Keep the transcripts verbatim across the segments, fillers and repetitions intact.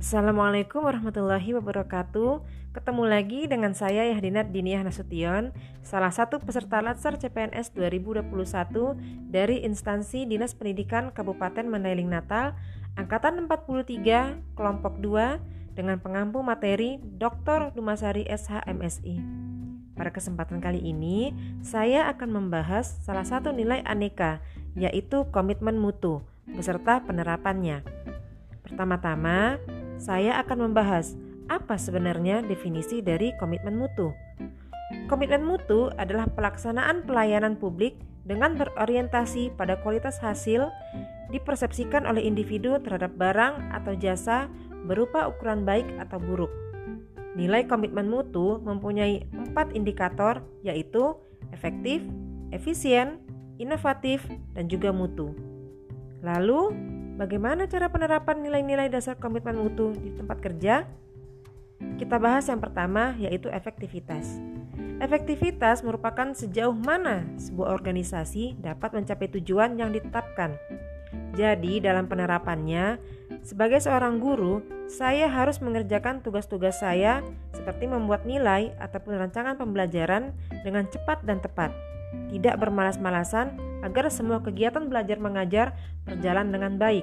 Assalamualaikum warahmatullahi wabarakatuh. Ketemu lagi dengan saya Yahdinat Diniyah Nasution, salah satu peserta Latsar C P N S dua ribu dua puluh satu dari instansi Dinas Pendidikan Kabupaten Mandailing Natal, Angkatan empat puluh tiga, Kelompok dua, dengan pengampu materi Doktor Dumasari S H M Si. Pada kesempatan kali ini, saya akan membahas salah satu nilai aneka, yaitu komitmen mutu, beserta penerapannya. Pertama-tama, saya akan membahas apa sebenarnya definisi dari komitmen mutu. Komitmen mutu adalah pelaksanaan pelayanan publik dengan berorientasi pada kualitas hasil dipersepsikan oleh individu terhadap barang atau jasa berupa ukuran baik atau buruk. Nilai komitmen mutu mempunyai empat indikator, yaitu efektif, efisien, inovatif, dan juga mutu. Lalu, bagaimana cara penerapan nilai-nilai dasar komitmen mutu di tempat kerja? Kita bahas yang pertama, yaitu efektivitas. Efektivitas merupakan sejauh mana sebuah organisasi dapat mencapai tujuan yang ditetapkan. Jadi, dalam penerapannya, sebagai seorang guru, saya harus mengerjakan tugas-tugas saya seperti membuat nilai ataupun rancangan pembelajaran dengan cepat dan tepat, tidak bermalas-malasan agar semua kegiatan belajar mengajar berjalan dengan baik.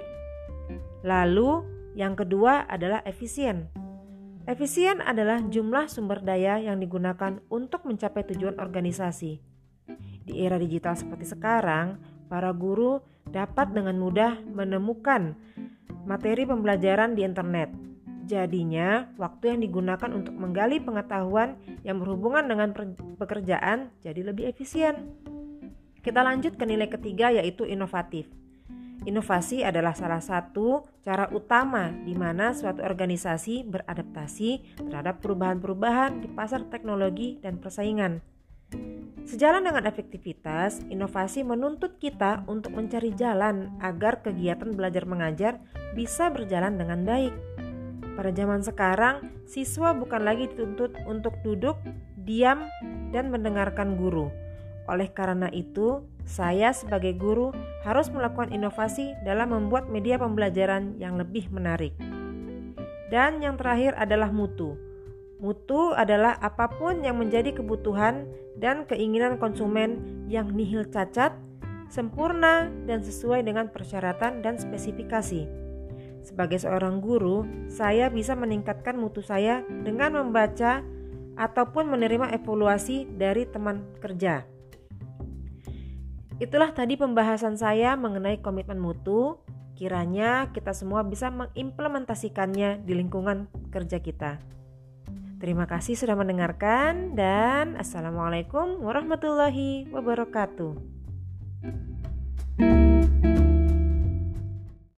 Lalu, yang kedua adalah efisien. Efisien adalah jumlah sumber daya yang digunakan untuk mencapai tujuan organisasi. Di era digital seperti sekarang, para guru dapat dengan mudah menemukan materi pembelajaran di internet. Jadinya, waktu yang digunakan untuk menggali pengetahuan yang berhubungan dengan pekerjaan jadi lebih efisien. Kita lanjut ke nilai ketiga, yaitu inovatif. Inovasi adalah salah satu cara utama di mana suatu organisasi beradaptasi terhadap perubahan-perubahan di pasar teknologi dan persaingan. Sejalan dengan efektivitas, inovasi menuntut kita untuk mencari jalan agar kegiatan belajar mengajar bisa berjalan dengan baik. Pada zaman sekarang, siswa bukan lagi dituntut untuk duduk, diam, dan mendengarkan guru. Oleh karena itu, saya sebagai guru harus melakukan inovasi dalam membuat media pembelajaran yang lebih menarik. Dan yang terakhir adalah mutu. Mutu adalah apapun yang menjadi kebutuhan dan keinginan konsumen yang nihil cacat, sempurna, dan sesuai dengan persyaratan dan spesifikasi. Sebagai seorang guru, saya bisa meningkatkan mutu saya dengan membaca ataupun menerima evaluasi dari teman kerja. Itulah tadi pembahasan saya mengenai komitmen mutu. Kiranya kita semua bisa mengimplementasikannya di lingkungan kerja kita. Terima kasih sudah mendengarkan dan Assalamualaikum warahmatullahi wabarakatuh.